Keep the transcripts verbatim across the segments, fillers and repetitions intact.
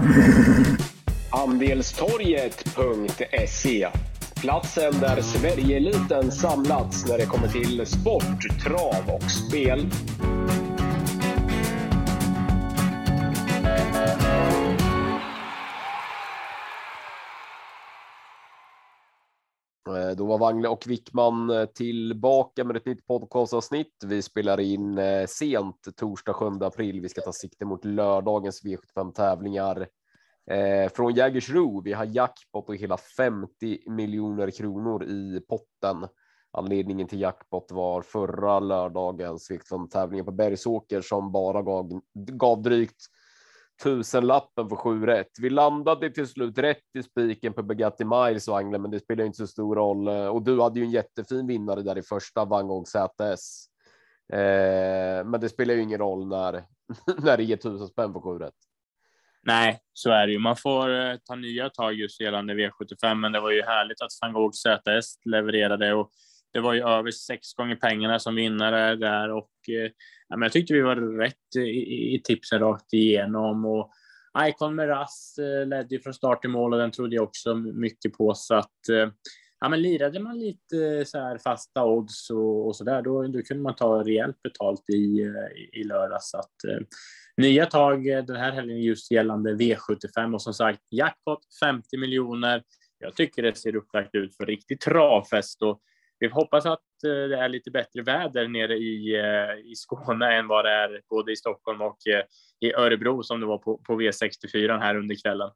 Andelstorget punkt se. Platsen där Sverigeeliten samlats när det kommer till sport, trav och spel. Då var Wangle och Wickman tillbaka med ett nytt podcastavsnitt. Vi spelar in sent torsdag sjunde april. Vi ska ta sikte mot lördagens V sjuttiofem-tävlingar från Jägersro. Vi har jackpot och hela femtio miljoner kronor i potten. Anledningen till jackpot var förra lördagens V sjuttiofem-tävlingar på Bergsåker som bara gav, gav drygt tusenlappen för sju rätt. Vi landade till slut rätt i spiken på Bugatti Miles och Angle, men det spelar inte så stor roll. Och du hade ju en jättefin vinnare där i första Vangång Z S. Eh, men det spelar ju ingen roll när, när det ger tusen spänn för sju rätt. Nej, så är det ju. Man får eh, ta nya tag just gällande V sjuttiofem, men det var ju härligt att Vangång Z S levererade och det var ju över sex gånger pengarna som vinnare där och eh, ja, men jag tyckte vi var rätt i, i tipsen rakt igenom och Icon Meras eh, ledde ju från start till mål och den trodde jag också mycket på så att eh, ja, men lirade man lite så här fasta odds och, och så där då, då kunde man ta rejält betalt i, i, i lördag så att eh, nya tag den här helgen just gällande V sjuttiofem och som sagt jackpot femtio miljoner. Jag tycker det ser upplagt ut för riktigt travfest och vi hoppas att det är lite bättre väder nere i, i Skåne än vad det är både i Stockholm och i Örebro som det var på, på V sextiofyra här under kvällen.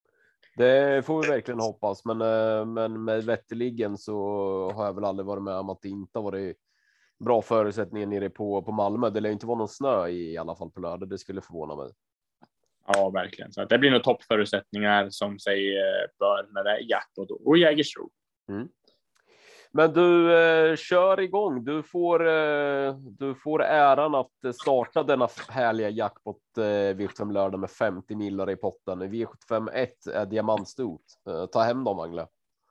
Det får vi verkligen hoppas, men, men med vetteligen så har jag väl aldrig varit med om att det inte har varit bra förutsättningar nere på, på Malmö. Det lär inte vara någon snö i, i alla fall på lördag, det skulle förvåna mig. Ja, verkligen. Så att det blir nog toppförutsättningar som sig bör när det är jakt och, och Jägersro. Mm. Men du eh, kör igång. Du får, eh, du får äran att starta denna härliga jackpot eh, V sjuttiofem lördag med femtio millar i potten. V sjuttiofem ett är diamantstort. Eh, ta hem dem, Angle.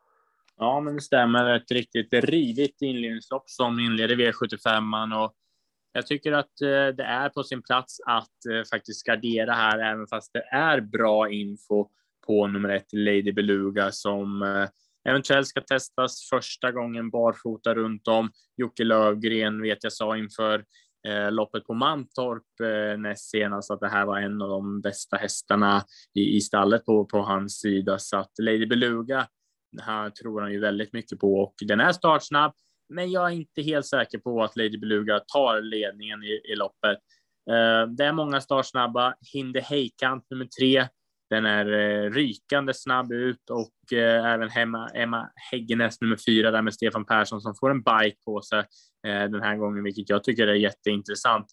Ja, men det stämmer. Ett riktigt rivigt inledningslopp som inleder V sjuttiofem. Och jag tycker att eh, det är på sin plats att eh, faktiskt gardera här, även fast det är bra info på nummer ett Lady Beluga som eh, eventuellt ska testas första gången barfota runt om. Jocke Lövgren vet jag sa inför eh, loppet på Mantorp eh, näst senast att det här var en av de bästa hästarna i, i stallet på, på hans sida. Så att Lady Beluga, här tror han ju väldigt mycket på och den är startsnabb. Men jag är inte helt säker på att Lady Beluga tar ledningen i, i loppet. Eh, det är många startsnabba. Hinde Heikant nummer tre. Den är eh, rykande snabb ut och eh, även hemma, Emma Häggenäs nummer fyra där med Stefan Persson som får en bike på sig eh, den här gången, vilket jag tycker är jätteintressant.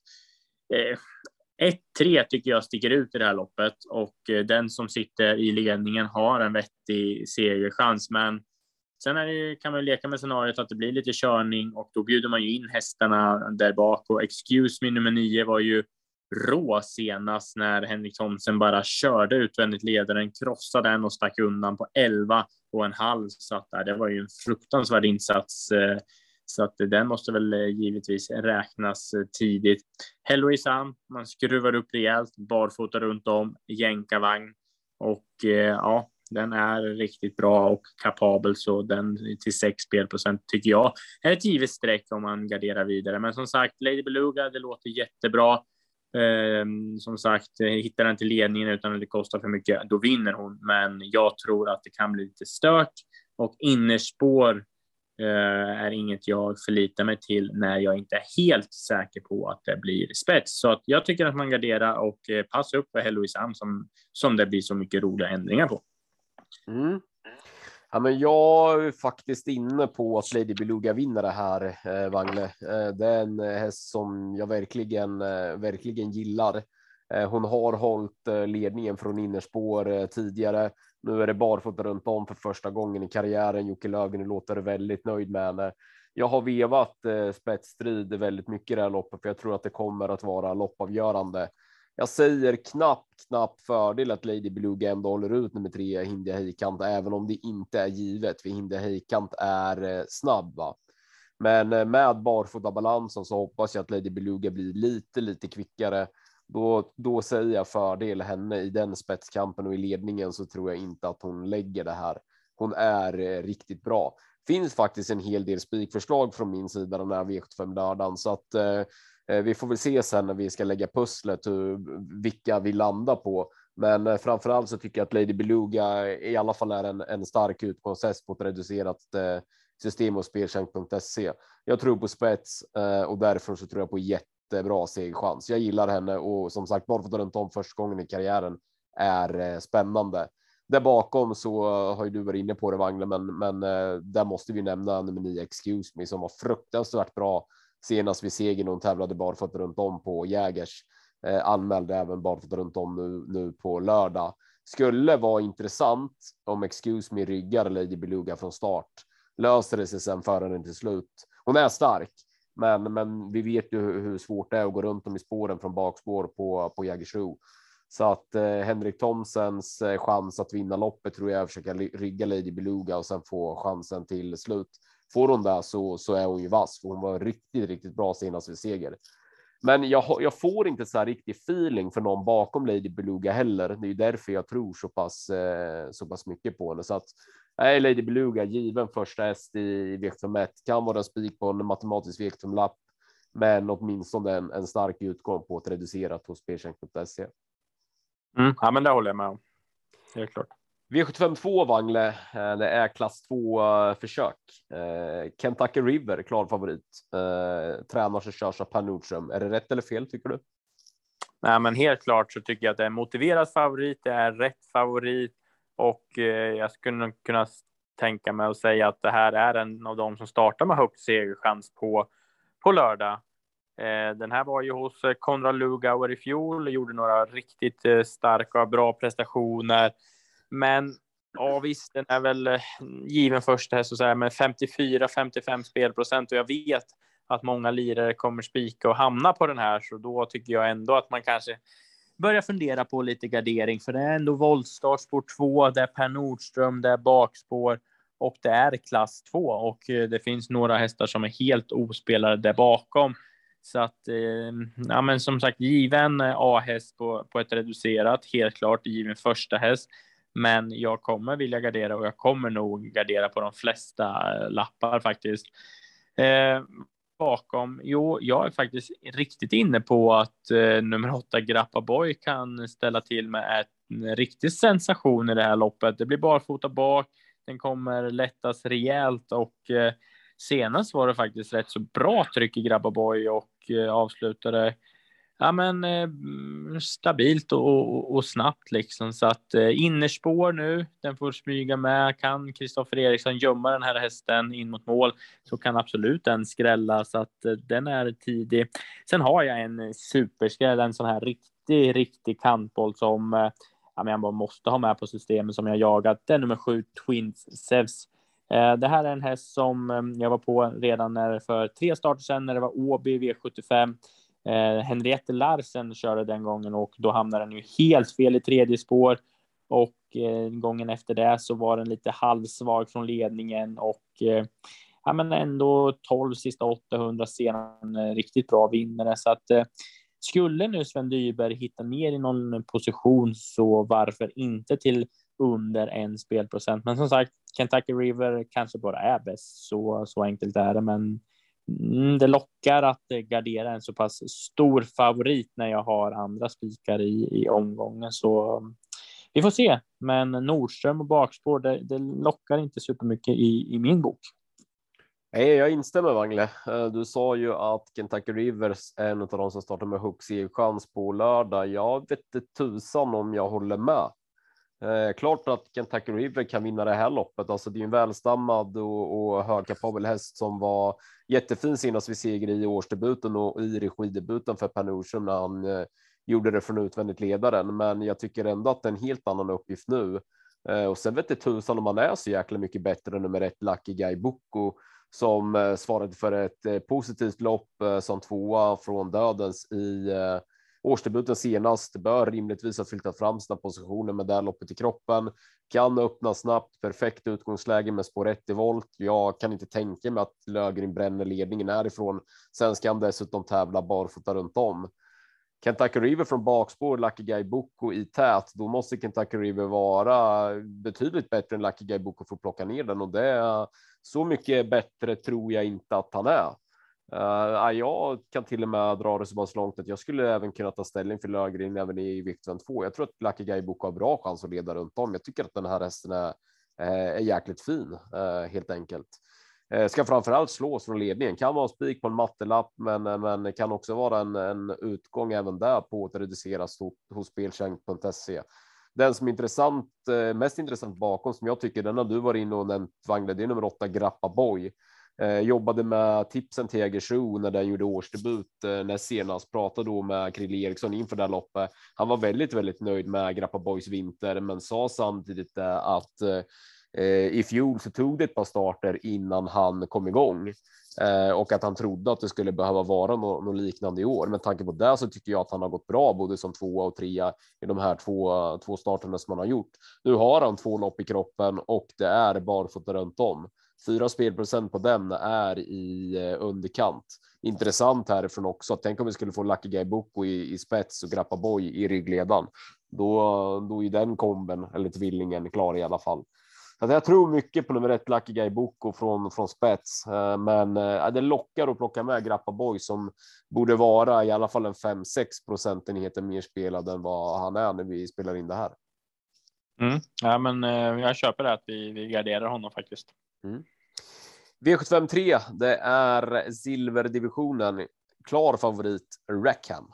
Eh, ett tre tycker jag sticker ut i det här loppet och eh, den som sitter i ledningen har en vettig segerchans, men sen är det, kan man leka med scenariot att det blir lite körning och då bjuder man ju in hästarna där bak och Excuse Me nummer nio var ju rå senast när Henrik Thomsen bara körde utvändigt ledaren, krossade den och stack undan på elva och en halv, så att det var ju en fruktansvärd insats, så att den måste väl givetvis räknas tidigt. Hello Isam, man skruvar upp rejält, barfota runt om, jänkarvagn och ja, den är riktigt bra och kapabel, så den till sex spelprocent tycker jag är ett givet streck om man garderar vidare. Men som sagt, Lady Beluga, det låter jättebra. Eh, som sagt, hittar den till ledningen utan att det kostar för mycket, då vinner hon. Men jag tror att det kan bli lite stört och innerspår eh, är inget jag förlitar mig till när jag inte är helt säker på att det blir spets. Så att jag tycker att man garderar och eh, passa upp för Hello Isam som, som det blir så mycket roliga ändringar på. Mm. Ja, men jag är faktiskt inne på att Lady Beluga vinner det här, eh, Wangle. Eh, det är en häst som jag verkligen, eh, verkligen gillar. Eh, hon har hållit eh, ledningen från innerspår eh, tidigare. Nu är det barfota runt om för första gången i karriären. Jocke Lövgren låter väldigt nöjd med henne. Jag har vevat eh, spetsstrid väldigt mycket i det här loppet, för jag tror att det kommer att vara loppavgörande. Jag säger knapp, knapp fördel att Lady Beluga ändå håller ut nummer tre, Hinde Heikant, även om det inte är givet, för Hinde Heikant är snabb. Va? Men med barfota balansen så hoppas jag att Lady Beluga blir lite, lite kvickare. då, då säger jag fördel henne i den spetskampen, och i ledningen så tror jag inte att hon lägger det här. Hon är eh, riktigt bra. Finns faktiskt en hel del spikförslag från min sida den här V sjuttiofem lördagen, så att eh, vi får väl se sen när vi ska lägga pusslet hur, vilka vi landar på. Men eh, framförallt så tycker jag att Lady Beluga i alla fall är en, en stark utgångshäst på ett reducerat eh, system och speltjänst punkt se. Jag tror på spets eh, och därför så tror jag på jättebra segerchans. Jag gillar henne, och som sagt, bara för att runt om första gången i karriären är eh, spännande. Där bakom så har ju du varit inne på det, Wangle, men, men eh, där måste vi nämna nummer nio Excuse Me, som var fruktansvärt bra senast vid segern när hon tävlade barfota runt om på Jägers. Eh, anmälde även barfota runt om nu, nu på lördag. Skulle vara intressant om Excuse Me ryggar Lady Beluga från start. Löser det sig sen före den till slut. Hon är stark, men, men vi vet ju hur, hur svårt det är att gå runt om i spåren från bakspår på, på Jägersro. Så att eh, Henrik Thomsens eh, chans att vinna loppet tror jag försöka rygga Lady Beluga och sen få chansen till slut. Får hon där så, så är hon ju vass, för hon var riktigt, riktigt bra senast vid seger. Men jag, jag får inte så här riktig feeling för någon bakom Lady Beluga heller. Det är ju därför jag tror så pass, eh, så pass mycket på henne. Så att nej, Lady Beluga given första häst i V sjuttiofem ett, kan vara en spik på en matematisk V sjuttiofem-lapp, men åtminstone en, en stark utgång på ett reducerat hos speltjänst punkt se. Mm, ja, men det håller jag med om. Helt klart. V sjuttiofem två, Wangle, det är klass två försök. Eh, Kentucky River, klar favorit. Eh, tränar sig körs av Per Nordström. Är det rätt eller fel, tycker du? Nej, men helt klart så tycker jag att det är en motiverad favorit. Det är rätt favorit. Och eh, jag skulle kunna tänka mig att säga att det här är en av de som startar med högt segerchans på, på lördag. Eh, den här var ju hos Konrad Lugauer i fjol. Gjorde några riktigt eh, starka och bra prestationer. Men ja, visst, den är väl eh, given första häst och så här med femtiofyra femtiofem spelprocent. Och jag vet att många lirare kommer spika och hamna på den här. Så då tycker jag ändå att man kanske börjar fundera på lite gardering. För det är ändå voltstart spår två. Det är Per Nordström, det är bakspår. Och det är klass två. Och eh, det finns några hästar som är helt ospelade där bakom. Så att, eh, ja men som sagt, given A-häst på, på ett reducerat. Helt klart given första häst. Men jag kommer vilja gardera, och jag kommer nog gardera på de flesta lappar faktiskt. Eh, bakom, jo, jag är faktiskt riktigt inne på att eh, nummer åtta Grappa Boy kan ställa till med ett, en riktig sensation i det här loppet. Det blir barfota bak, den kommer lättas rejält, och eh, senast var det faktiskt rätt så bra tryck i Grappa Boy och eh, avslutade ja, men eh, stabilt och, och, och snabbt liksom. Så att eh, innerspår nu, den får smyga med. Kan Kristoffer Eriksson gömma den här hästen in mot mål, så kan absolut den skrälla. Så att eh, den är tidig. Sen har jag en superskräll, en sån här riktig, riktig kantboll som eh, ja, men jag bara måste ha med på systemet som jag jagat. Den nummer sju, Twins Sevs. Eh, det här är en häst som eh, jag var på redan när, för tre starter sedan när det var Åby V sjuttiofem. Eh, Henriette Larsen körde den gången, och då hamnade den ju helt fel i tredje spår, och eh, gången efter det så var den lite halvsvag från ledningen, och eh, ja, men ändå tolv sista åttahundra sedan eh, riktigt bra vinnare. Så att eh, skulle nu Sven Dyberg hitta ner i någon position, så varför inte till under en spelprocent. Men som sagt, Kentucky River kanske bara är bäst, så, så enkelt är det. Men Mm, det lockar att gardera en så pass stor favorit när jag har andra spikar i, i omgången. Så vi får se. Men Nordström och bakspår, det, det lockar inte supermycket i, i min bok. Nej, jag instämmer, Wangle. Du sa ju att Kentucky Rivers är en av de som startar med högst chans på lördag. Jag vet inte tusan om jag håller med. Eh, klart att Kentucky River kan vinna det här loppet. Alltså det är en välstammad och, och högkapabel häst som var jättefin senast vid seger i årsdebuten och i regidebuten för Per Nordström när han eh, gjorde det från utvändigt ledaren. Men jag tycker ändå att det är en helt annan uppgift nu. Eh, och sen vet det tusan om man är så jäkla mycket bättre än nummer ett Lucky Guy Boko som eh, svarade för ett eh, positivt lopp eh, som tvåa från dödens i eh, årsdebuten senast. Bör rimligtvis ha flyttat fram sina positioner med det loppet i kroppen. Kan öppna snabbt, perfekt utgångsläge med spår ett i volt. Jag kan inte tänka mig att Löfgren bränner ledningen härifrån. Sen ska han dessutom tävla barfota runt om. Kentucky River från bakspår, Lucky Guy Boko i tät, då måste Kentucky River vara betydligt bättre än Lucky Guy Boko för att plocka ner den, och det är så mycket bättre tror jag inte att han är. Uh, jag kan till och med dra det så pass långt att jag skulle även kunna ta ställning för Löfgren även i vikt två. Jag tror att Lucky Guy Boko har bra chans att leda runt om. Jag tycker att den här hästen är, är jäkligt fin, uh, helt enkelt. Ska framförallt slås från ledningen. Kan vara spik på en mattelapp, men, men kan också vara en, en utgång även där på att reduceras hos, hos speltjänst punkt se. Den som är intressant, mest intressant bakom, som jag tycker, den har du varit inne och nämnt, Wangle, det är nummer åtta, Grappa Boy. Eh, jobbade med tipsen till Jägersro när den gjorde årsdebut eh, när senast, pratade då med Krille Eriksson inför det här loppet. Han var väldigt, väldigt nöjd med Grappa Boys vinter, men sa samtidigt eh, att eh, i fjol så tog det ett par starter innan han kom igång, eh, och att han trodde att det skulle behöva vara något, något liknande i år. Med tanke på det så tycker jag att han har gått bra både som tvåa och trea i de här två, två starterna som han har gjort. Nu har han två lopp i kroppen och det är barfota runt om. Fyra spelprocent på den är i eh, underkant. Intressant härifrån också. Tänk om vi skulle få Lucky Guy Boko i, i spets och Grappa Boy i ryggledan. Då, då är den komben, eller tvillingen, klar i alla fall. Så jag tror mycket på nummer ett, Lucky Guy Boko från, från spets. Men äh, det lockar att plocka med Grappa Boy som borde vara i alla fall en fem sex procentenheter mer spelad än vad han är när vi spelar in det här. Mm. Ja, men eh, jag köper det att vi, vi garderar honom faktiskt. Mm. V sjuttiofem tre, det är silverdivisionen. Klar favorit, Rackham.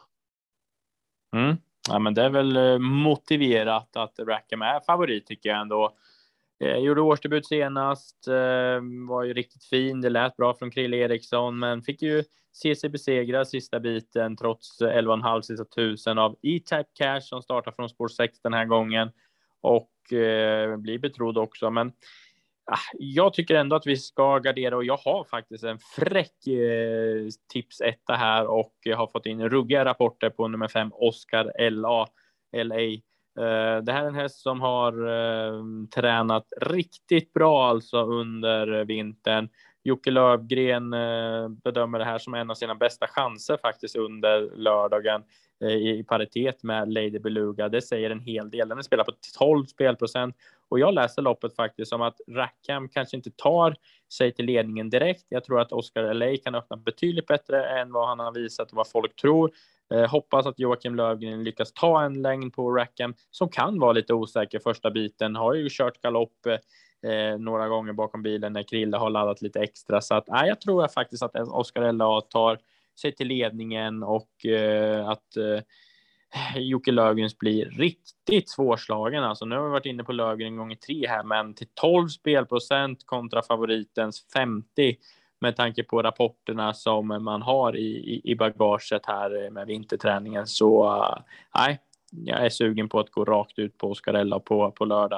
Mm. Ja, men det är väl motiverat att Rackham är favorit, tycker jag ändå. Eh, gjorde årsdebut senast, eh, var ju riktigt fin, det lät bra från Krille Eriksson, men fick ju se sig besegra sista biten trots elva komma fem sista tusen av E-Type Cash som startar från spår sex den här gången och eh, blir betrodd också. Men ah, jag tycker ändå att vi ska gardera, och jag har faktiskt en fräck eh, tips etta här och jag har fått in ruggiga rapporter på nummer fem, Oscar L A. L A. Uh, det här är en häst som har uh, tränat riktigt bra alltså under vintern. Jocke Löfgren uh, bedömer det här som en av sina bästa chanser faktiskt under lördagen uh, i paritet med Lady Beluga. Det säger en hel del. Den är spelad på tolv spelprocent och jag läser loppet faktiskt som att Rackham kanske inte tar sig till ledningen direkt. Jag tror att Oscar L A kan öppna betydligt bättre än vad han har visat och vad folk tror. Eh, hoppas att Joakim Löfgren lyckas ta en längd på Rackham som kan vara lite osäker första biten. Har ju kört galopp eh, några gånger bakom bilen när Krille har laddat lite extra. Så att, eh, jag tror faktiskt att Oscar L A tar sig till ledningen och eh, att eh, Jocke Löfgrens blir riktigt svårslagen. Alltså, nu har vi varit inne på Löfgren gånger tre här, men till tolv spelprocent kontra favoritens femtio med tanke på rapporterna som man har i, i, i bagaget här med vinterträningen. Så uh, nej, jag är sugen på att gå rakt ut på Oscarella på, på lördag.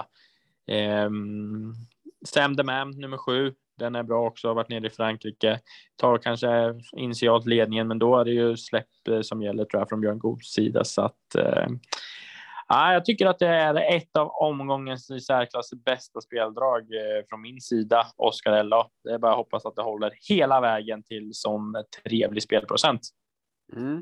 Um, Sam the Man, nummer sju. Den är bra också, har varit nere i Frankrike. Tar kanske initialt ledningen, men då är det ju släpp som gäller tror jag från Björn Goods sida. Så att uh, ja, jag tycker att det är ett av omgångens i särklass bästa speldrag eh, från min sida, Oscar L A. Det är bara att hoppas att det håller hela vägen till sån trevlig spelprocent. Mm.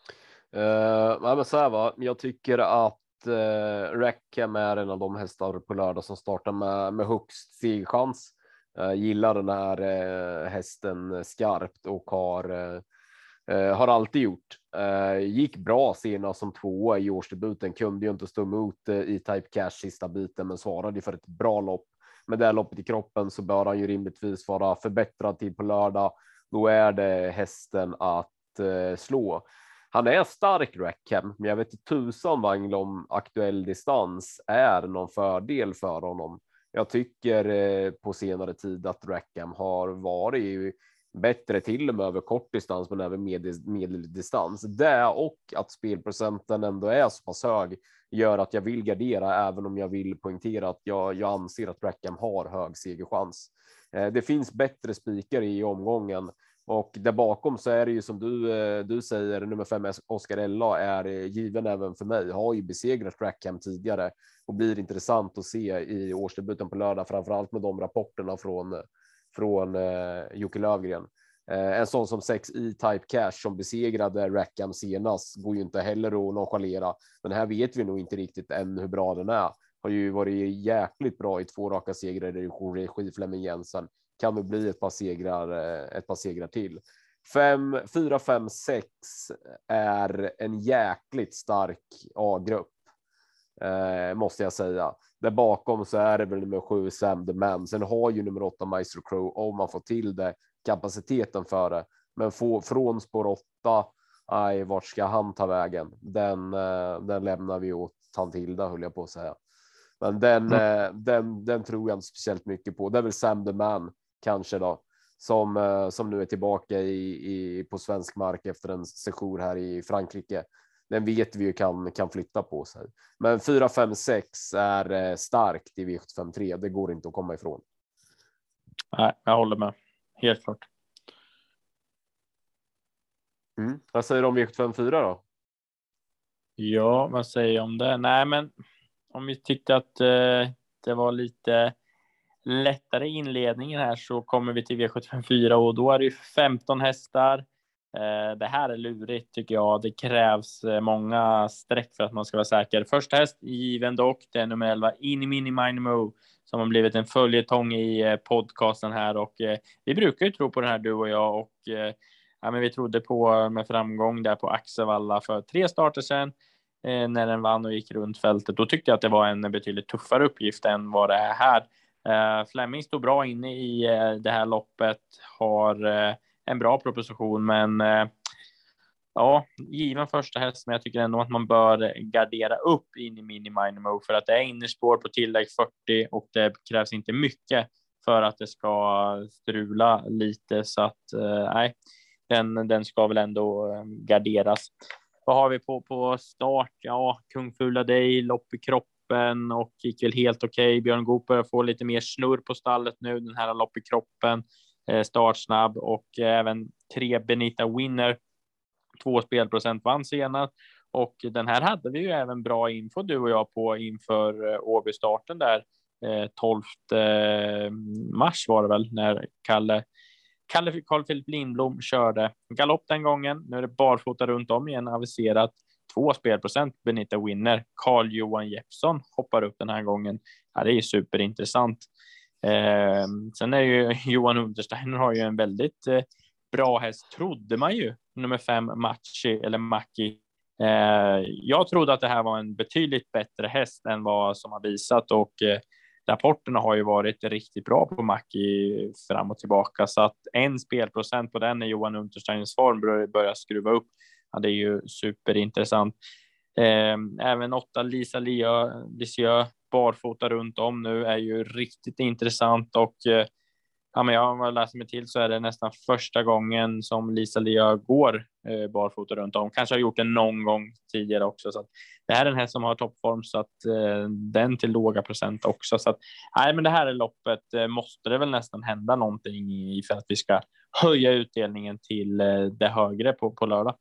Uh, men så här va, jag tycker att uh, Rackham är en av de hästar på lördag som startar med, med högst segchans. Uh, gillar den här uh, hästen skarpt och har uh, Uh, har alltid gjort. Uh, gick bra senast som tvåa i årsdebuten. Kunde ju inte stå emot uh, i Type Cash sista biten, men svarade för ett bra lopp. Med det loppet i kroppen så bör han ju rimligtvis vara förbättrad till på lördag. Då är det hästen att uh, slå. Han är stark, Rackham, men jag vet inte tusan Wangl om aktuell distans är någon fördel för honom. Jag tycker uh, på senare tid att Rackham har varit bättre till och med över kort distans, men även med medeldistans. Det och att spelprocenten ändå är så pass hög gör att jag vill gardera, även om jag vill poängtera att jag, jag anser att Rackham har hög segerchans. Eh, det finns bättre spikar i omgången och där bakom så är det ju som du, eh, du säger, nummer fem Oscar L A är given även för mig. Har ju besegrat Rackham tidigare och blir intressant att se i årsdebuten på lördag, framförallt med de rapporterna från från eh, Jocke Löfgren. Eh, en sån som sex i Type Cash som besegrade Rackham senast går ju inte heller att nonchalera. Men här vet vi nog inte riktigt än hur bra den är. Har ju varit jäkligt bra i två raka segrar i regi Flemming Jensen. Kan det bli ett par segrar, ett par segrar till. fem, fyra, fem, sex är en jäkligt stark A-grupp. Eh, måste jag säga. Där bakom så är det väl nummer sju Sam the Man. Sen har ju nummer åtta Maestro Crow, om man får till det, kapaciteten för det. Men få, från spår åtta, aj, vart ska han ta vägen? Den, eh, den lämnar vi åt Tantilda, höll jag på att säga. Men den, mm. eh, den, den tror jag inte speciellt mycket på. Det är väl Sam the Man kanske då. Som, eh, som nu är tillbaka i, i, på svensk mark efter en sejour här i Frankrike. Den vet vi ju kan, kan flytta på sig. Men fyra, fem, sex är eh, starkt i V sjuttiofem tre. Det går inte att komma ifrån. Nej, jag håller med. Helt klart. Mm. Vad säger du om V sjuttiofem fyra då? Ja, vad säger jag om det? Nej, men om vi tyckte att eh, det var lite lättare inledningen här så kommer vi till V sjuttiofem fyra och då är det ju femton hästar. Eh, det här är lurigt tycker jag. Det krävs eh, många streck för att man ska vara säker. Första häst given dock, det är nummer elva, Inni Mini Minimo, som har blivit en följetong i eh, podcasten här och eh, vi brukar ju tro på den här du och jag och eh, ja, men vi trodde på med framgång där på Axevalla för tre starter sedan. När den vann och gick runt fältet, då tyckte jag att det var en betydligt tuffare uppgift än vad det är här. Uh, Flemming stod bra inne i uh, det här loppet, har uh, en bra proposition, men uh, ja, given första häst, men jag tycker ändå att man bör gardera upp in i Mini Minimo för att det är innerspår på tillägg fyrtio och det krävs inte mycket för att det ska strula lite, så att uh, nej, den, den ska väl ändå uh, garderas. Vad har vi på, på start? Ja, Kung Fula Day, lopp i kroppen och gick väl helt okej. Okay. Björn Goop börjar få lite mer snurr på stallet nu. Den här lopp i kroppen, eh, startsnabb och eh, även tre Benita Winner. Två spelprocent vann senast. Och den här hade vi ju även bra info du och jag på inför eh, Åby-starten där. Eh, tolfte mars var det väl när Kalle Kalle Carl Philip Lindblom körde galopp den gången. Nu är det barfota runt om igen aviserat. Två spelprocent Benita Winner. Carl Johan Jeppsson hoppar upp den här gången. Ja, det är superintressant. Eh, sen är ju Johan Untersteiner har ju en väldigt eh, bra häst, trodde man ju. Nummer fem Machi eller Maki. Eh, jag trodde att det här var en betydligt bättre häst än vad som har visat och eh, rapporterna har ju varit riktigt bra på Mackie fram och tillbaka, så att en spelprocent på den när Johan Untersteiners form börjar skruva upp, ja, det är ju superintressant. Eh, även åtta Lisa Lisieux barfota runt om nu är ju riktigt intressant och eh, ja, men jag har läst mig till så är det nästan första gången som Lisa Lisieux går eh, barfota runt om. Kanske har gjort det någon gång tidigare också. Så att det här är den här som har toppform, så att eh, den till låga procent också. Så att nej, men det här är loppet. Eh, måste det väl nästan hända någonting i för att vi ska höja utdelningen till eh, det högre på, på lördag.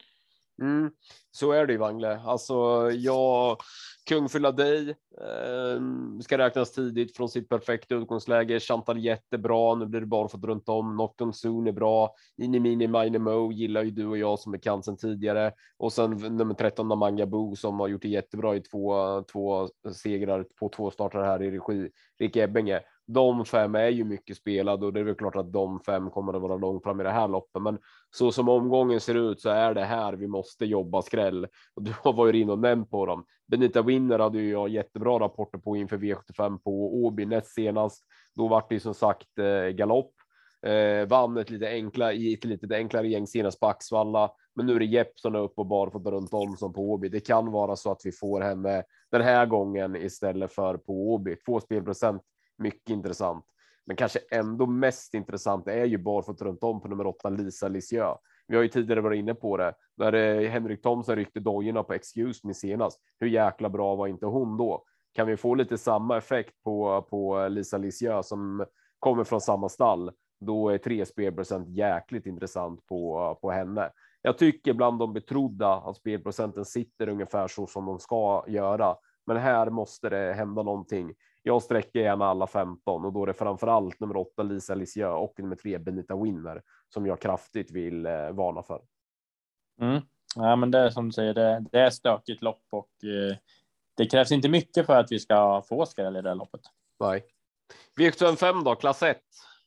Mm, så är det ju, Wangle. Alltså, jag, Kung Fula Day eh, ska räknas tidigt från sitt perfekta utgångsläge. Chantal jättebra, nu blir det bara fått runt om. Nocton Zoom är bra. Inni Mini Minimo gillar ju du och jag som bekant sedan tidigare. Och sen nummer tretton Namanga Boo som har gjort det jättebra i två, två segrar på två starter här i regi Rick Ebbinge. De fem är ju mycket spelade och det är väl klart att de fem kommer att vara långt fram i det här loppet. Men så som omgången ser ut så är det här vi måste jobba skräll. Och du har varit in och nämnt på dem. Benita Winner hade ju jag jättebra rapporter på inför V sjuttiofem på Åby näst senast. Då var det ju som sagt eh, galopp. Eh, vann ett lite enkla i ett lite enklare gäng senast på Axvalla. Men nu är det Jeppsson upp och bara fått runt om som på Åby. Det kan vara så att vi får henne den här gången istället för på Åby. Två spelprocent. Mycket intressant. Men kanske ändå mest intressant är ju barfota runt om på nummer åtta Lisa Lisieux. Vi har ju tidigare varit inne på det. När eh, Henrik Thomson ryckte dojorna på Excuse Me senast. Hur jäkla bra var inte hon då? Kan vi få lite samma effekt på, på Lisa Lisieux som kommer från samma stall? Då är tre spelprocent jäkligt intressant på, på henne. Jag tycker bland de betrodda att spelprocenten sitter ungefär så som de ska göra. Men här måste det hända någonting. Jag sträcker gärna alla femton och då är det framförallt nummer åtta Lisa Lisieux och nummer tre Benita Winner som jag kraftigt vill eh, varna för. Mm. Ja, men det är som du säger, det, det är stökigt lopp och eh, det krävs inte mycket för att vi ska få skräll i det här loppet. Nej. V sjuttiofem då, klass ett.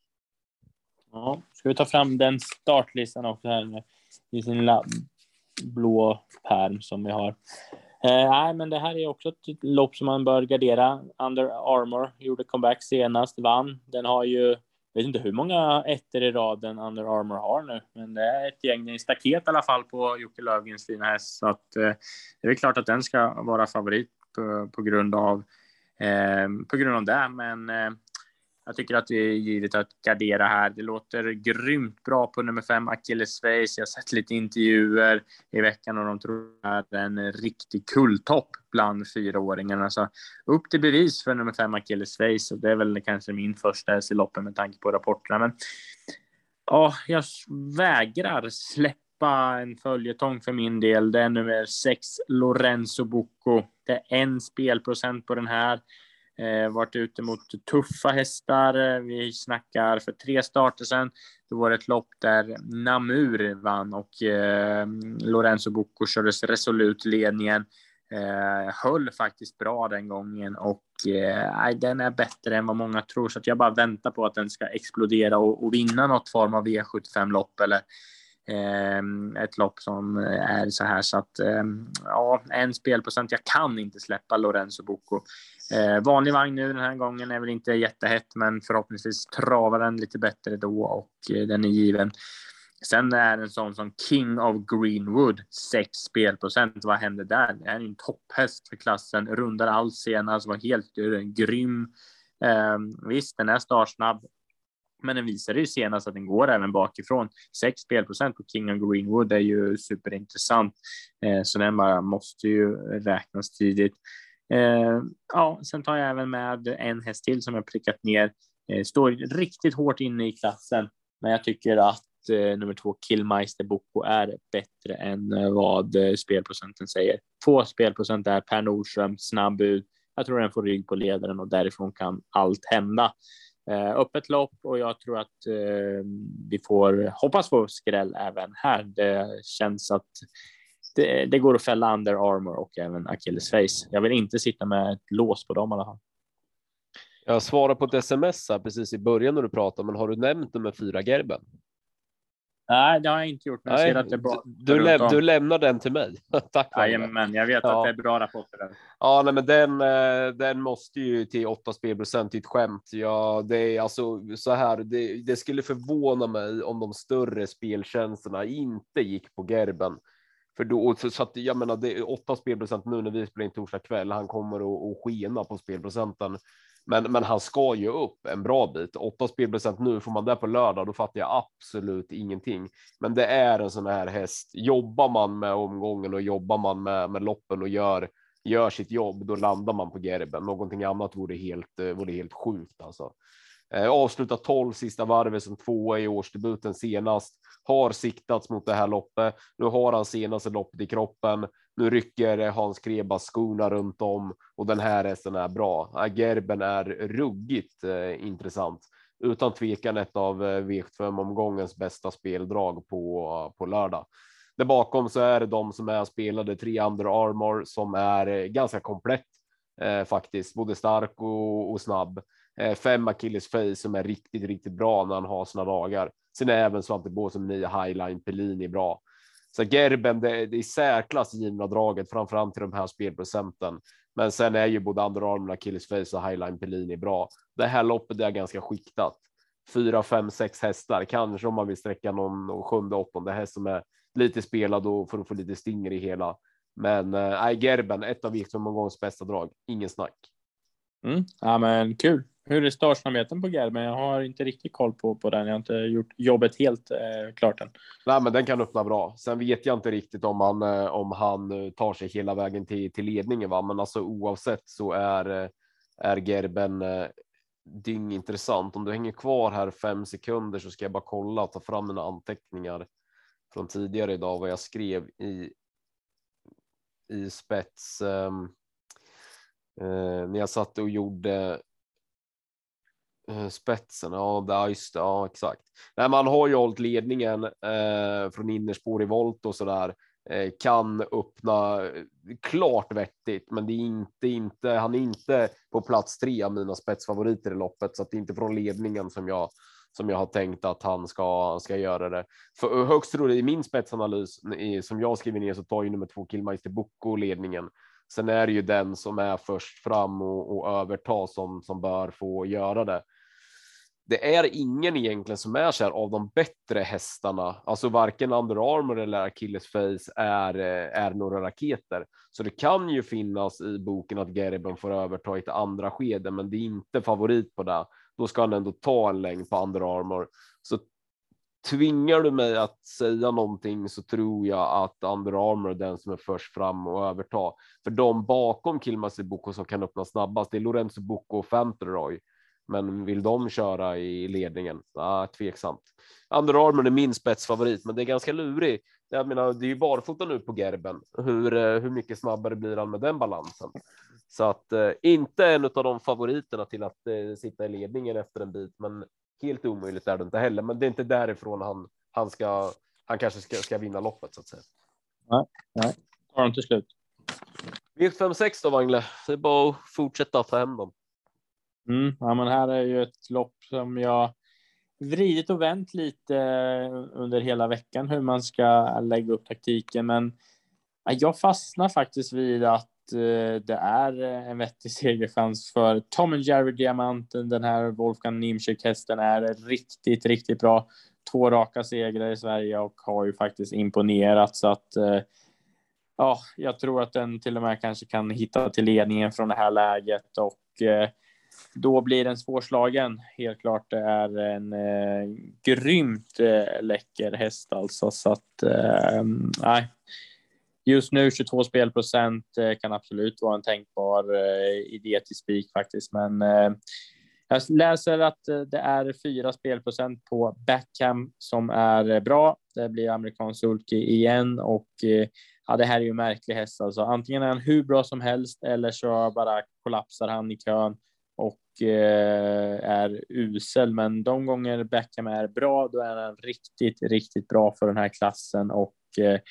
Ja, ska vi ta fram den startlistan också här med, i sin lilla blå pärm som vi har. Eh, nej, men det här är också ett lopp som man bör gardera. Under Armour gjorde comeback senast, vann. Den har ju, jag vet inte hur många ettor i raden Under Armour har nu, men det är ett gäng, en staket i alla fall på Jocke Löfgrens fina häst, så att eh, det är klart att den ska vara favorit på, på grund av eh, på grund av det, men eh, jag tycker att det är givet att gardera här. Det låter grymt bra på nummer fem, Achilles Face. Jag har sett lite intervjuer i veckan och de tror att det är en riktig kulltopp bland fyraåringarna. Så upp till bevis för nummer fem, Achilles Face. Och det är väl kanske min första häst i loppen med tanke på rapporterna. Men ja, jag vägrar släppa en följetong för min del. Det är nummer sex, Lorenzo Bucco. Det är en spelprocent på den här. Eh, varit ute mot tuffa hästar. Vi snackar för tre starter sedan. Det var ett lopp där Namur vann och eh, Lorenzo Bucco kördes resolut ledningen. Eh, höll faktiskt bra den gången och eh, den är bättre än vad många tror, så att jag bara väntar på att den ska explodera och, och vinna något form av V sjuttiofem-lopp eller eh, ett lopp som är så här, så att eh, ja, en spelprocent. Jag kan inte släppa Lorenzo Bucco. Eh, vanlig vagn nu den här gången är väl inte jättehett, men förhoppningsvis travar den lite bättre då och eh, den är given. Sen är en sån som King of Greenwood, sex spelprocent. Vad hände där? Det är en topphäst för klassen. Rundar allt senast, var helt grym. Eh, visst, den är startsnabb. Men den visade ju senast att den går även bakifrån. sex spelprocent på King of Greenwood är ju superintressant. Eh, så den bara måste ju räknas tidigt. Eh, ja, sen tar jag även med en häst till som jag prickat ner. Eh, står riktigt hårt inne i klassen. Men jag tycker att eh, nummer två Killmeister Boko är bättre än eh, vad eh, spelprocenten säger. Få spelprocent är Per Nordström, snabb ut. Jag tror den får rygg på ledaren och därifrån kan allt hända. Eh, öppet lopp och jag tror att eh, vi får hoppas på skräll även här. Det känns att det, det går att fälla Under Armour och även Achilles Face. Jag vill inte sitta med ett lås på dem i alla fall. Jag svarar på ett sms här precis i början när du pratar, men har du nämnt nummer fyra Gerben? Nej, det har jag inte gjort, men jag Nej, ser att det är bra. Du, läm- du lämnar den till mig. Tack för det. Men jag vet ja. att det är bra rapporter där. Ja, nej, men den, den måste ju till åtta spelprocent i ett skämt. Ja, det är alltså så här. Det, det skulle förvåna mig om de större speltjänsterna inte gick på Gerben. För då, så att jag menar, det är åtta spelprocent nu när vi spelar in torsdag kväll. Han kommer att, att skena på spelprocenten. Men, men han ska ju upp en bra bit. åtta spelprocent nu, får man där på lördag, då fattar jag absolut ingenting. Men det är en sån här häst. Jobbar man med omgången och jobbar man med, med loppen och gör, gör sitt jobb, då landar man på Gerben. Någonting annat vore helt, vore helt sjukt alltså. Eh, avslutat tolv sista varvet som tvåa i årsdebuten senast. Har siktats mot det här loppet. Nu har han senaste loppet i kroppen. Nu rycker Hans Krebas skorna runt om och den här hästen är bra. Gerben är ruggigt eh, intressant. Utan tvekan ett av eh, V sjuttiofem-omgångens bästa speldrag på, på lördag. Där bakom så är det de som är spelade tre Under Armour som är eh, ganska komplett eh, faktiskt. Både stark och, och snabb. Eh, fem Achilles Face som är riktigt, riktigt bra när han har sina dagar. Sen är även Svante Bås som nio Highline Pellini bra. Så Gerben, det, det är särklass givna draget, framförallt till de här spelprocenten. Men sen är ju både Under Armour, Achilles Face och Highline Pellini bra. Det här loppet är ganska skiktat. Fyra, fem, sex hästar. Kanske om man vill sträcka någon, någon sjunde, åttonde häst som är lite spelad och för att få lite stinger i hela. Men äh, Gerben, ett av V sjuttiofem-omgångens bästa drag. Ingen snack. Mm. Ja, men kul. Hur är startsamheten på Gerben? Jag har inte riktigt koll på, på den. Jag har inte gjort jobbet helt eh, klart än. Nej, men den kan öppna bra. Sen vet jag inte riktigt om han, om han tar sig hela vägen till, till ledningen. Va? Men alltså oavsett så är, är Gerben dyng intressant. Om du hänger kvar här fem sekunder så ska jag bara kolla och ta fram mina anteckningar från tidigare idag. Vad jag skrev i, i spets. Um, Eh, när jag satt och gjorde eh, spetsen, ja, där, just, ja exakt. Nej, man har ju hållit ledningen eh, från innerspår i volt och sådär. Eh, kan öppna klart vettigt, men det är inte, inte, han är inte på plats tre av mina spetsfavoriter i loppet, så att det är inte från ledningen som jag som jag har tänkt att han ska, ska göra det. För högst troligt i min spetsanalys som jag skriver ner så tar ju nummer två Killmeister Bocco ledningen. Sen är det ju den som är först fram och, och överta som, som bör få göra det. Det är ingen egentligen som är så här av de bättre hästarna. Alltså varken Under Armour eller Achilles Face är, är några raketer. Så det kan ju finnas i boken att Gerben får överta i ett andra skede, men det är inte favorit på det. Då ska han ändå ta en längd på Under Armour. Så tvingar du mig att säga någonting så tror jag att Under Armour är den som är först fram och överta. För de bakom Killmeister Bocco som kan öppna snabbast, det är Lorenzo Bocco och Fanteroy. Men vill de köra i ledningen? Ja, tveksamt. Under Armour är min spetsfavorit, men det är ganska lurig. Jag menar, det är ju barfota nu på Gerben. Hur, hur mycket snabbare blir han med den balansen? Så att eh, inte en av de favoriterna till att eh, sitta i ledningen efter en bit, men helt omöjligt är det inte heller. Men det är inte därifrån han, han ska, han kanske ska, ska vinna loppet så att säga. Nej, nej. Tar de till slut. V fem sex då, Wangle. Det är bara att fortsätta ta hem dem. Mm, ja, men här är ju ett lopp som jag vridit och vänt lite under hela veckan hur man ska lägga upp taktiken, men jag fastnar faktiskt vid att det är en vettig segerchans för Tom and Jerry Diamanten. Den här Wolfgang Nimschek-hästen är riktigt, riktigt bra. Två raka segrar i Sverige och har ju faktiskt imponerat, så att ja, jag tror att den till och med kanske kan hitta till ledningen från det här läget, och då blir den svårslagen. Helt klart det är en eh, grymt eh, läcker häst alltså. Så att, eh, nej. Just nu tjugotvå spelprocent eh, kan absolut vara en tänkbar eh, idé till spik faktiskt. Men eh, jag läser att eh, det är fyra spelprocent på Backham som är eh, bra. Det blir amerikansk sulky igen, och eh, ja, det här är ju en märklig häst alltså. Antingen är han hur bra som helst eller så bara kollapsar han i kön och eh, är usel, men de gånger Beckham är bra, då är han riktigt, riktigt bra för den här klassen, och eh,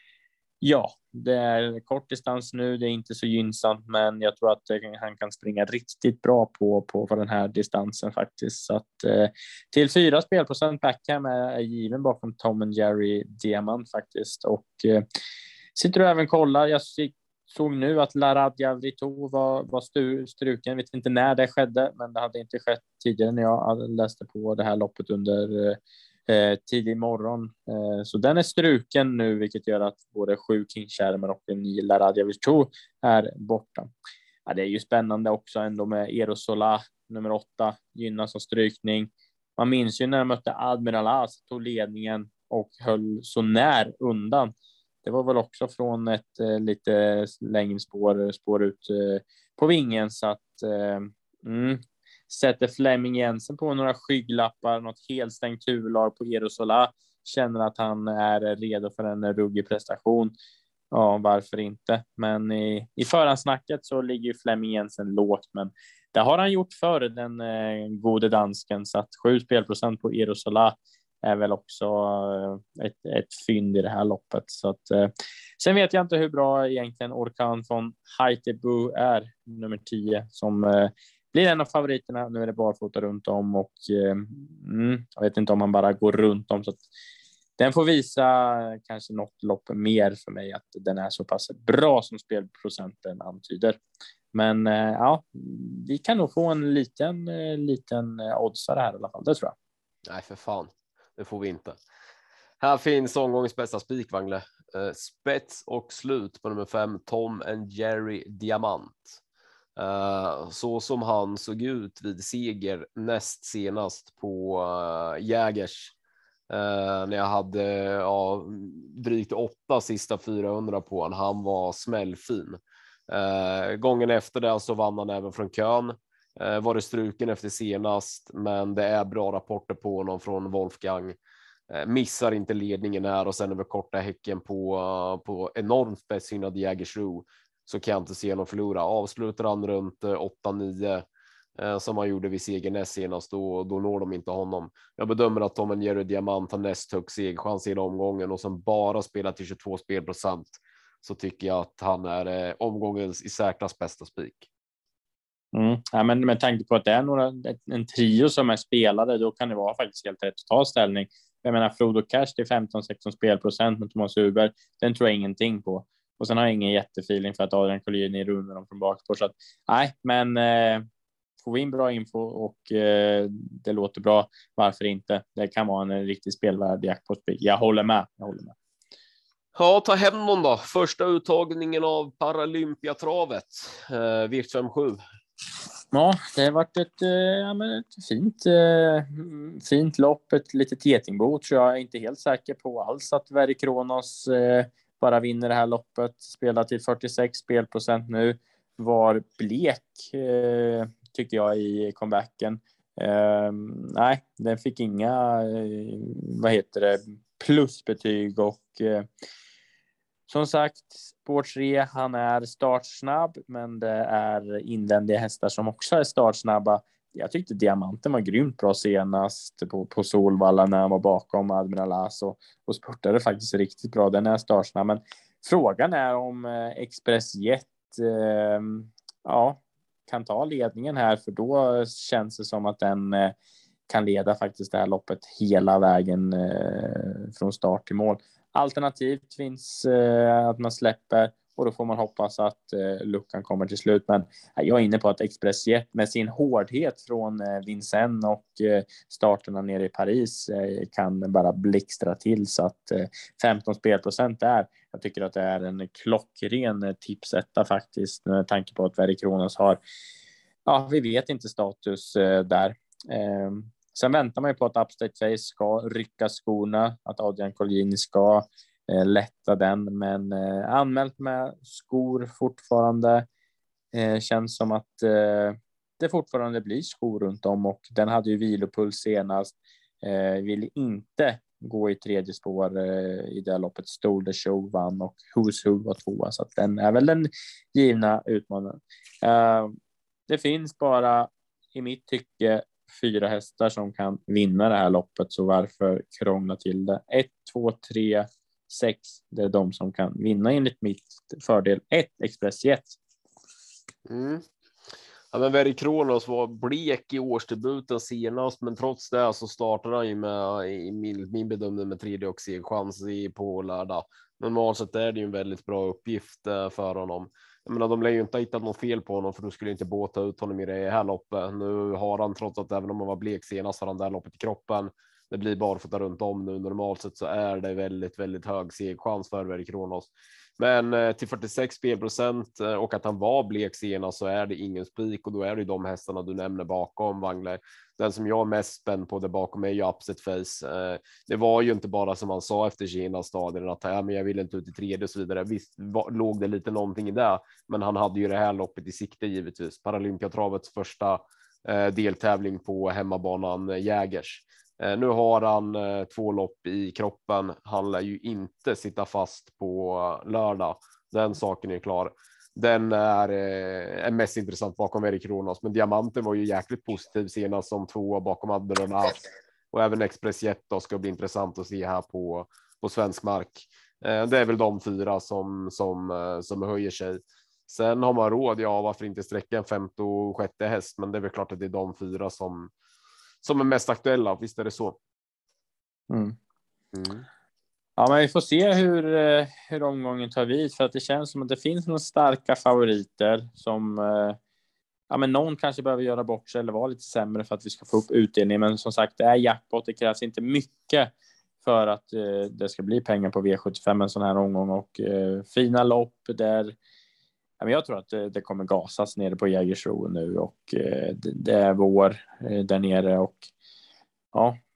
ja, det är kort distans nu, det är inte så gynnsamt, men jag tror att eh, han kan springa riktigt bra på, på, på den här distansen faktiskt, så att eh, till fyra spelprocent Beckham är, är given bakom Tom and Jerry Diamant faktiskt, och eh, sitter du även kollar, jag såg nu att Laradja Vrito var, var stu, struken. Jag vet inte när det skedde, men det hade inte skett tidigare när jag läste på det här loppet under eh, tidig morgon. Eh, så den är struken nu, vilket gör att både sju King Sherman och en ny Laradja Vrito är borta. Ja, det är ju spännande också ändå med Erosola, nummer åtta, gynnas av strykning. Man minns ju när de mötte Admiral As, tog ledningen och höll så när undan. Det var väl också från ett eh, lite längre spår, spår ut eh, på vingen, så att eh, mm, sätter Fleming Jensen på några skygglappar, något helt stängt huvudlag på Erosola, känner att han är redo för en ruggig prestation. Ja, varför inte? Men i, i förhandsnacket så ligger ju Fleming Jensen lågt, men det har han gjort för den eh, gode dansken, så att sju spelprocent på Erosola är väl också ett, ett fynd i det här loppet. Så att, eh, sen vet jag inte hur bra egentligen Orkan från Haitebu är, nummer tio, som eh, blir en av favoriterna. Nu är det barfota runt om, och eh, mm, jag vet inte om man bara går runt om, så att den får visa kanske något lopp mer för mig att den är så pass bra som spelprocenten antyder. Men eh, ja, vi kan nog få en liten, liten oddsare här i alla fall, det tror jag. Nej, för fan. Det får vi inte. Här finns omgångens bästa spikvangle. Uh, spets och slut på nummer fem, Tom and Jerry Diamant. Uh, så som han såg ut vid seger näst senast på uh, Jägers. Uh, när jag hade ja, drygt åtta sista fyrahundra på han. Han var smällfin. Uh, gången efter det så vann han även från kön. Uh, var det struken efter senast, men det är bra rapporter på honom från Wolfgang. Uh, missar inte ledningen här, och sen över korta häcken på, uh, på enormt bästgynnad Jägersro. så kan jag inte se någon förlora. Avslutar han runt åtta nio eh, som han gjorde vid seger näst senast, då, då når de inte honom. Jag bedömer att om en Jerry Diamant har näst högst segerchans i hela omgången och som bara spelar till tjugotvå spelprocent, så tycker jag att han är eh, omgångens i särklass bästa spik. Mm. Ja, men med tanke på att det är några, en trio som är spelade, då kan det vara faktiskt helt rätt att ta ställning. Jag menar, Frodo Cash till femton sexton spelprocent med Thomas Uber, den tror jag ingenting på. Och sen har jag ingen jättefeeling för att Adrian Collin är runden om från bakspår. Så att, nej, men eh, får vi in bra info och eh, det låter bra, varför inte? Det kan vara en riktig spelvärd jackpot. Jag håller med, jag håller med. Ja, ta hem någon då. Första uttagningen av Paralympiatravet, eh, V fyrtiofem. Ja, det har varit ett, eh, ja, men ett fint, eh, fint lopp, ett litet getingbo tror jag. Jag är inte helt säker på alls att Very Kronos eh, bara vinner det här loppet. Spelar till fyrtiosex spelprocent nu. Var blek, eh, tyckte jag, i comebacken. Eh, nej, den fick inga, eh, vad heter det, plusbetyg och eh, som sagt, spår tre, han är startsnabb, men det är invändiga hästar som också är startsnabba. Jag tyckte Diamanten var grymt bra senast på, på Solvalla när han var bakom Admiral As och, och spurtade faktiskt riktigt bra. Den är startsnabb, men frågan är om eh, Express Jet eh, ja, kan ta ledningen här, för då känns det som att den eh, kan leda faktiskt det här loppet hela vägen eh, från start till mål. Alternativt finns eh, att man släpper och då får man hoppas att eh, luckan kommer till slut. Men eh, jag är inne på att Express Jet med sin hårdhet från eh, Vincennes och eh, starterna nere i Paris eh, kan bara blixtra till, så att eh, femton spelprocent där. Jag tycker att det är en klockren eh, tipsetta faktiskt, med tanke på att Very Kronos har, ja, vi vet inte status eh, där. Eh, Sen väntar man ju på att Upstate Face ska rycka skorna, att Adrian Collini ska eh, lätta den, men eh, anmält med skor fortfarande. Eh, känns som att eh, det fortfarande blir skor runt om, och den hade ju vilopuls senast. Eh, vill inte gå i tredje spår eh, i det loppet. Stole the Show vann och Who's Who var tvåa, så att den är väl den givna utmanaren. Eh, det finns bara i mitt tycke fyra hästar som kan vinna det här loppet, så varför krångla till det? ett, två, tre, sex, det är de som kan vinna enligt mitt fördel. ett, Express Jet. Mm. Ja, men Very Kronos var blek i årsdebuten senast, men trots det så startade han ju med, i min, min bedömning, med tredje och segchans på lördag. Normalt sett är det ju en väldigt bra uppgift för honom. Jag menar, de lär ju inte ha hittat något fel på honom, för du skulle inte båta ut honom i det här loppet. Nu har han, trots att även om han var blek senast, har han det här loppet i kroppen. Det blir bara för att ta runt om nu. Normalt sett så är det väldigt, väldigt hög segchans för Very Kronos. Men eh, till fyrtiosex spelprocent eh, och att han var blek senast, så är det ingen spik, och då är det ju de hästarna du nämner bakom, Wangler. Den som jag är mest spänd på där bakom är ju Upset Face. Eh, det var ju inte bara som han sa efter Kina stadien att ja, men jag vill inte ut i tredje och så vidare. Visst var, låg det lite någonting i det, men han hade ju det här loppet i sikte givetvis. Paralympiatravets första eh, deltävling på hemmabanan Jägers. Eh, nu har han eh, två lopp i kroppen. Han lär ju inte sitta fast på lördag. Den saken är klar. Den är, eh, är mest intressant bakom Very Kronos. Men Diamanten var ju jäkligt positiv senast som två bakom Admiral As. Och även Express Jet då ska bli intressant att se här på, på svensk mark. Eh, det är väl de fyra som, som, eh, som höjer sig. Sen har man råd, ja, varför inte sträcka en femte och sjätte häst. Men det är väl klart att det är de fyra som som är mest aktuella, visst är det så. Mm. Mm. Ja, men vi får se hur, hur omgången tar vid, för att det känns som att det finns några starka favoriter som, ja, men någon kanske behöver göra bort sig eller vara lite sämre för att vi ska få upp utdelning, men som sagt, det är jackpot, det krävs inte mycket för att eh, det ska bli pengar på V sjuttiofem en sån här omgång, och eh, fina lopp där. Ja, men jag tror att det, det kommer gasas nere på Jägersro nu, och eh, det, det är vår eh, där nere, och ja,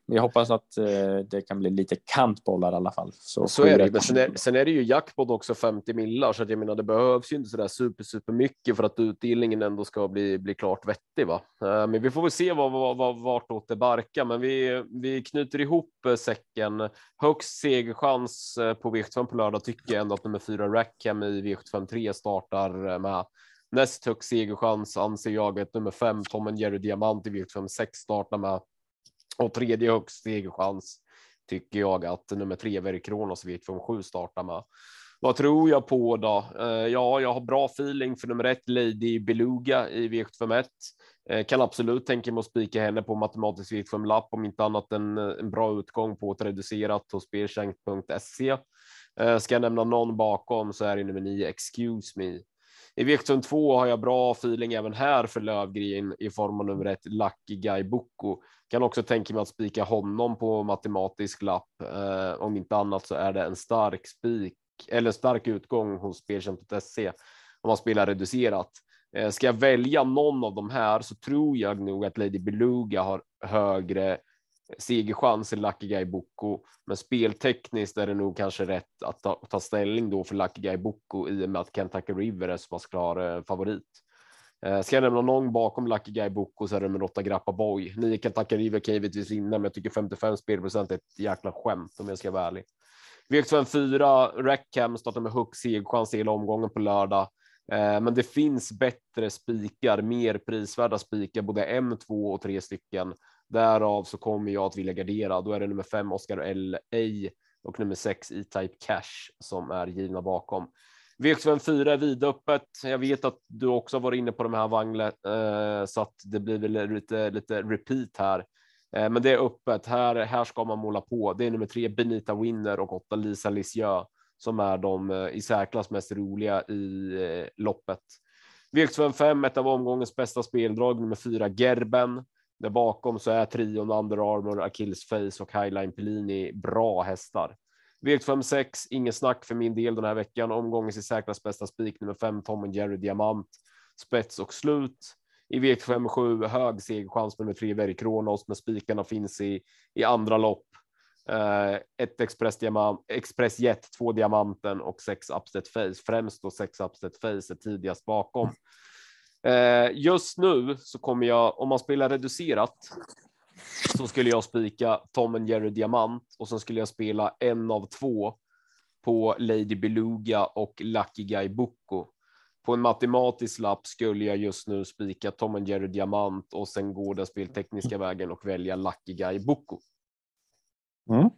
vi hoppas att eh, det kan bli lite kantbollar i alla fall. Så, så är det, men sen är, sen är det ju jackpot också femtio millar, så att jag menar det behövs ju inte så där super super mycket för att utdelningen ändå ska bli bli klart vettig, va. Uh, men vi får väl se vad vad, vad vartåt det barkar, men vi vi knyter ihop säcken. Högst segerchans på V sjuttiofem på lördag tycker jag ändå att nummer fyra Rackham i V sjuttiofem tre startar med. Näst högst segerchans anser jag att nummer fem Tom and Jerry Diamant i V sjuttiofem sex startar med. Och tredje högst segerchans tycker jag att nummer tre Verikronos V sjuttiofem sju startar med. Vad tror jag på då? Uh, ja, jag har bra feeling för nummer ett Lady Beluga i V sjuttiofem ett. Uh, kan absolut tänka mig att spika henne på matematisk V sjuttiofem lapp, om inte annat än en bra utgång på ett reducerat hos spelchank punkt se. Uh, ska jag nämna någon bakom så är det nummer nio Excuse Me. I V sjuttiofem två har jag bra feeling även här för Lövgren i form av nummer ett Lucky Guy Boko. Kan också tänka mig att spika honom på matematisk lapp. Eh, om inte annat så är det en stark spik eller stark utgång hos spelchamp punkt se om man spelar reducerat. Eh, ska jag välja någon av de här så tror jag nog att Lady Beluga har högre segerchans än Lucky Guy Boko, men speltekniskt är det nog kanske rätt att ta, ta ställning då för Lucky Guy Boko i och med att Kentucky River är så pass klar eh, favorit. Eh, ska jag nämna någon bakom Lucky Guy Boko så är det med Rotta Grappa Boy. Nio Kentucky River kan givetvis vinna, men jag tycker femtiofem spelprocent är ett jäkla skämt om jag ska vara ärlig. V sjuttiofem fyra Rackham startar med hög segerchans hela omgången på lördag. Eh, men det finns bättre spikar, mer prisvärda spikar, både en, två och tre stycken. Därav så kommer jag att vilja gardera. Då är det nummer fem Oscar L A och nummer sex E-Type Cash som är givna bakom. V sjuttiofem fyra är vidöppet. Jag vet att du också har varit inne på de här vagnet, eh, så att det blir väl lite, lite repeat här. Eh, men det är öppet. Här, här ska man måla på. Det är nummer tre Benita Winner och åtta Lisa Lisieux som är de eh, i särklass mest roliga i eh, loppet. V sjuttiofem fem, ett av omgångens bästa speldrag, nummer fyra Gerben. Där bakom så är trion Under Armour, Achilles Face och Highline Pellini bra hästar. V sjuttiofem sex, ingen snack för min del den här veckan. Omgångens i säkrast bästa spik, nummer fem Tom and Jerry Diamant, spets och slut. I V sjuttiofem sju, hög segerchans med nummer tre Verikronos, men spikarna finns i, i andra lopp. Uh, ett Express, diamant, Express Jet, två Diamanten och sex Upstead Face. Främst då sex Upstead Face är tidigast bakom. Uh, just nu så kommer jag, om man spelar reducerat, så skulle jag spika Tom and Jerry Diamant och så skulle jag spela en av två på Lady Beluga och Lucky Guy Boko. På en matematisk lapp skulle jag just nu spika Tom and Jerry Diamant och sen gå den speltekniska vägen och välja Lucky Guy Boko. Mm.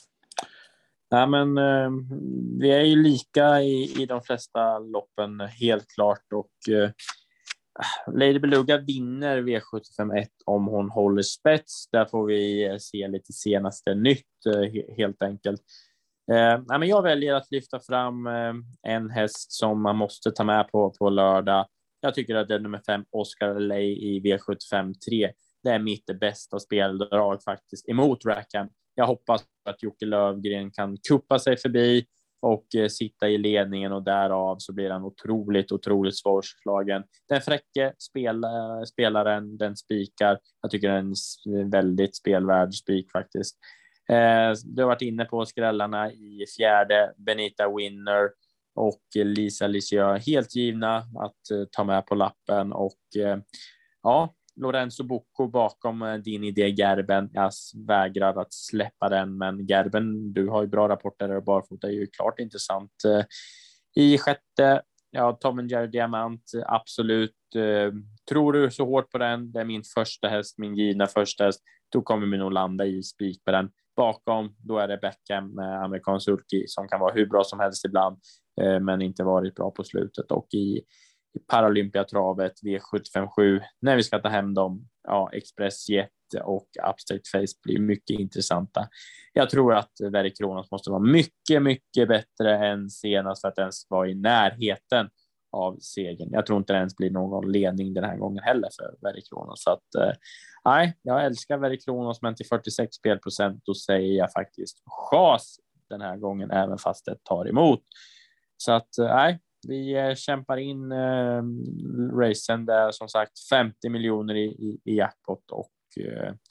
Ja, men eh, vi är ju lika i, i de flesta loppen helt klart, och eh, Lady Beluga vinner V sjuttiofem ett om hon håller spets. Där får vi se lite senaste nytt eh, helt enkelt. Eh, ja, men jag väljer att lyfta fram eh, en häst som man måste ta med på, på lördag. Jag tycker att det är nummer fem Oscar L A i V sjuttiofem tre. Det är mitt bästa speldrag faktiskt emot Rackham. Jag hoppas att Jocke Lövgren kan kuppa sig förbi och eh, sitta i ledningen, och därav så blir han otroligt, otroligt svårslagen. Den fräcke spel, spelaren, den spikar. Jag tycker det är en väldigt spelvärd spik faktiskt. Eh, du har varit inne på skrällarna i fjärde, Benita Winner och Lisa Lisieux, helt givna att eh, ta med på lappen, och eh, ja, Lorenzo Bocco bakom din idé Gerben. Jag vägrar att släppa den, men Gerben, du har ju bra rapporter och barfota är ju klart intressant. I sjätte, ja, Tom and Jerry Diamant, absolut. Tror du så hårt på den? Det är min första häst, min givna första häst. Då kommer vi nog landa i spik på den. Bakom, då är det Beckham med amerikansk sulky som kan vara hur bra som helst ibland, men inte varit bra på slutet. Och i Paralympiatravet V sjuttiofem sju, när vi ska ta hem dem, ja, Express Jet och Upstate Face blir mycket intressanta. Jag tror att Verikronos måste vara mycket, mycket bättre än senast för att ens vara i närheten av segern. Jag tror inte det ens blir någon ledning den här gången heller för Verikronos. Så att, eh, nej, jag älskar Verikronos, men till fyrtiosex spelprocent då säger jag faktiskt chas den här gången, även fast det tar emot. Så att, nej, vi kämpar in eh, racen där, som sagt femtio miljoner i, i, i jackpot, och eh,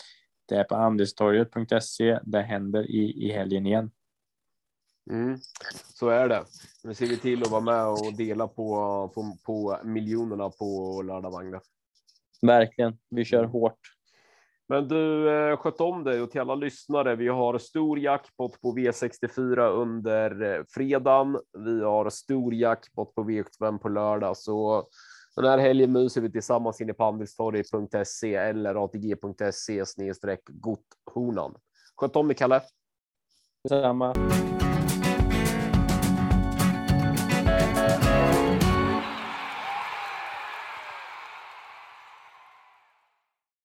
Det är på andelstorget punkt se. Det händer i, i helgen igen. Mm, så är det. Nu ser vi till att vara med och dela på, på, på miljonerna på lördag, Magne. Verkligen. Vi kör hårt. Men du, eh, sköt om dig, och till alla lyssnare, vi har stor jackpot på V sextiofyra under eh, fredagen. Vi har stor jackpot på V sjuttiofem på lördag, så den här helgen myser vi tillsammans in i andelstorget punkt se eller atg punkt se snedstreck gotthornan. Sköt om dig, Kalle. Samma.